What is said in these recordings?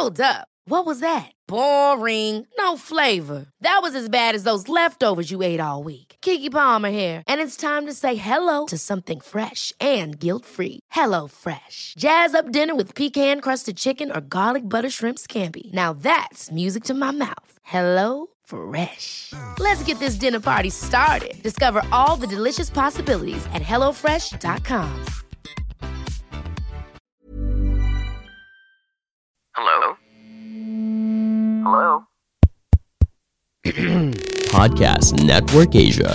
Hold up. What was that? Boring. No flavor. That was as bad as those leftovers you ate all week. Keke Palmer here. And it's time to say hello to something fresh and guilt-free. Hello Fresh. Jazz up dinner with pecan-crusted chicken or garlic butter shrimp scampi. Now that's music to my mouth. Hello Fresh. Let's get this dinner party started. Discover all the delicious possibilities at hellofresh.com. Hello? Hello? Podcast Network Asia.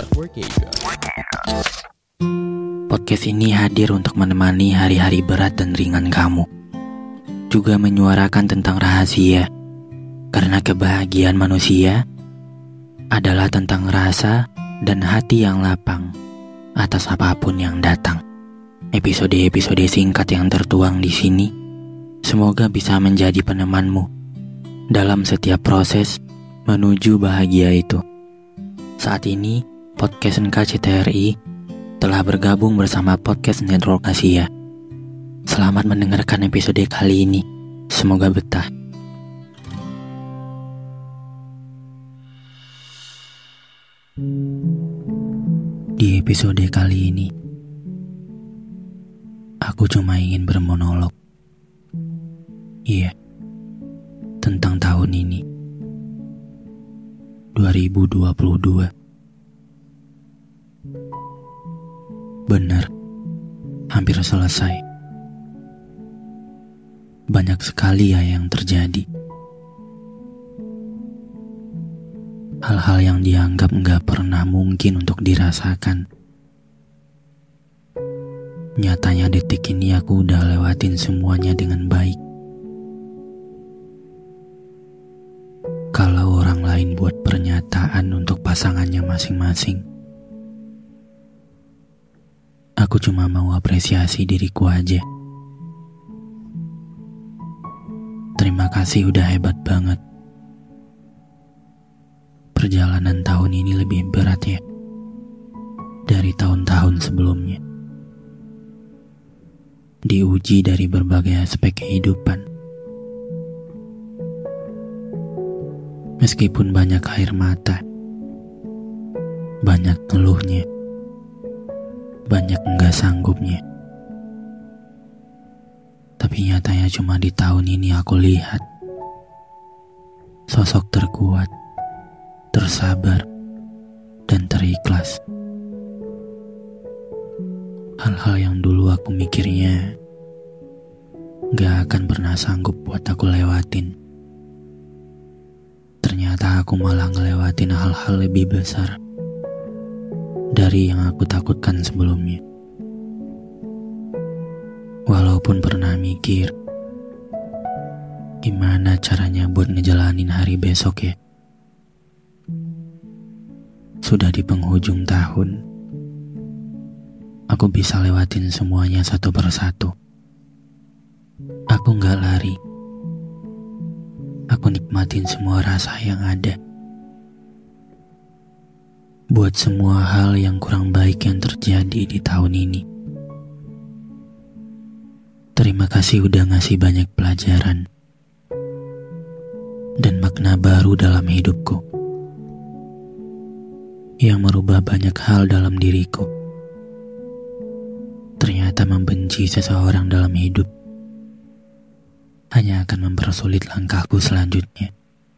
Podcast ini hadir untuk menemani hari-hari berat dan ringan kamu. Juga menyuarakan tentang rahasia. Karena kebahagiaan manusia adalah tentang rasa dan hati yang lapang atas apapun yang datang. Episode-episode singkat yang tertuang di sini semoga bisa menjadi penemanmu dalam setiap proses menuju bahagia itu. Saat ini, Podcast NKCTRI telah bergabung bersama Podcast Network Asia. Selamat mendengarkan episode kali ini. Semoga betah. Di episode kali ini, aku cuma ingin bermonolog. Iya, tentang tahun ini 2022. Benar, hampir selesai. Banyak sekali ya yang terjadi. Hal-hal yang dianggap gak pernah mungkin untuk dirasakan. Nyatanya detik ini aku udah lewatin semuanya dengan baik. Kalau orang lain buat pernyataan untuk pasangannya masing-masing, aku cuma mau apresiasi diriku aja. Terima kasih udah hebat banget. Perjalanan tahun ini lebih berat ya dari tahun-tahun sebelumnya. Diuji dari berbagai aspek kehidupan. Meskipun banyak air mata, banyak ngeluhnya, banyak enggak sanggupnya. Tapi nyatanya cuma di tahun ini aku lihat sosok terkuat, tersabar, dan terikhlas. Hal-hal yang dulu aku mikirnya gak akan pernah sanggup buat aku lewatin. Ternyata aku malah ngelewatin hal-hal lebih besar dari yang aku takutkan sebelumnya. Walaupun pernah mikir, gimana caranya buat ngejalanin hari besok ya. Sudah di penghujung tahun, aku bisa lewatin semuanya satu persatu. Aku gak lari. Aku nikmatin semua rasa yang ada. Buat semua hal yang kurang baik yang terjadi di tahun ini. Terima kasih udah ngasih banyak pelajaran dan makna baru dalam hidupku, yang merubah banyak hal dalam diriku. Ternyata membenci seseorang dalam hidup hanya akan mempersulit langkahku selanjutnya.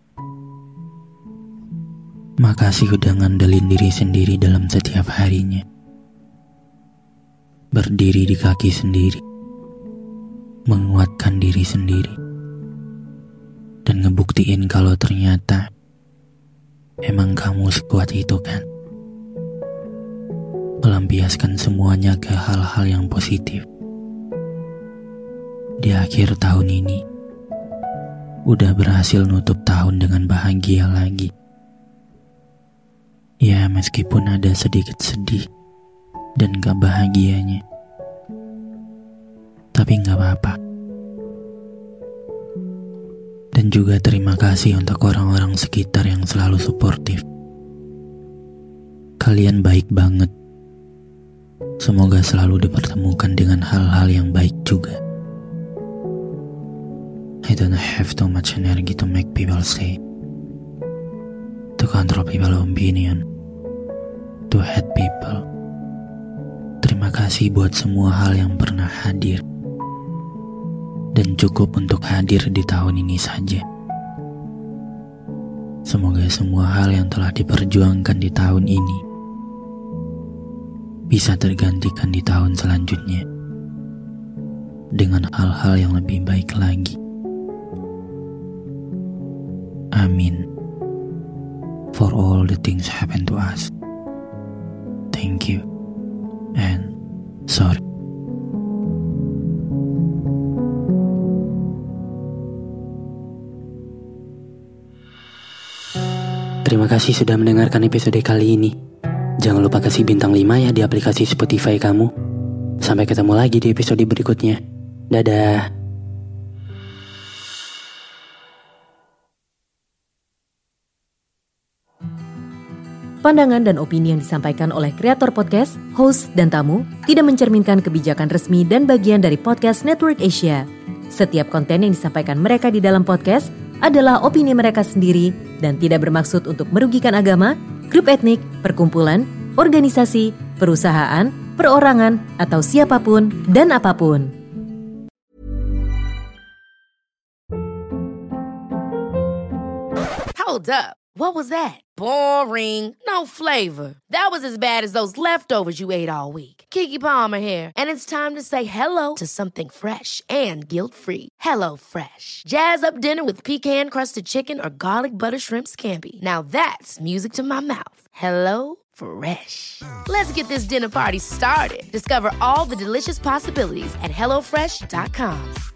Makasih udah ngandelin diri sendiri dalam setiap harinya. Berdiri di kaki sendiri, menguatkan diri sendiri, dan ngebuktiin kalau ternyata emang kamu sekuat itu kan. Melampiaskan semuanya ke hal-hal yang positif. Di akhir tahun ini, udah berhasil nutup tahun dengan bahagia lagi. Ya, meskipun ada sedikit sedih dan gak bahagianya, tapi gak apa-apa. Dan juga terima kasih untuk orang-orang sekitar yang selalu suportif. Kalian baik banget. Semoga selalu dipertemukan dengan hal-hal yang baik juga. I don't have too much energy to make people stay, to control people's opinion, to hate people. Terima kasih buat semua hal yang pernah hadir dan cukup untuk hadir di tahun ini saja. Semoga semua hal yang telah diperjuangkan di tahun ini bisa tergantikan di tahun selanjutnya dengan hal-hal yang lebih baik lagi. Amin. For all the things happen to us. Thank you. And sorry. Terima kasih sudah mendengarkan episode kali ini. Jangan lupa kasih bintang 5 ya di aplikasi Spotify kamu. Sampai ketemu lagi di episode berikutnya. Dadah. Pandangan dan opini yang disampaikan oleh kreator podcast, host, dan tamu tidak mencerminkan kebijakan resmi dan bagian dari Podcast Network Asia. Setiap konten yang disampaikan mereka di dalam podcast adalah opini mereka sendiri dan tidak bermaksud untuk merugikan agama, grup etnik, perkumpulan, organisasi, perusahaan, perorangan, atau siapapun dan apapun. Hold up. What was that? Boring. No flavor. That was as bad as those leftovers you ate all week. Keke Palmer here, and it's time to say hello to something fresh and guilt-free. Hello Fresh. Jazz up dinner with pecan-crusted chicken or garlic butter shrimp scampi. Now that's music to my mouth. Hello Fresh. Let's get this dinner party started. Discover all the delicious possibilities at HelloFresh.com.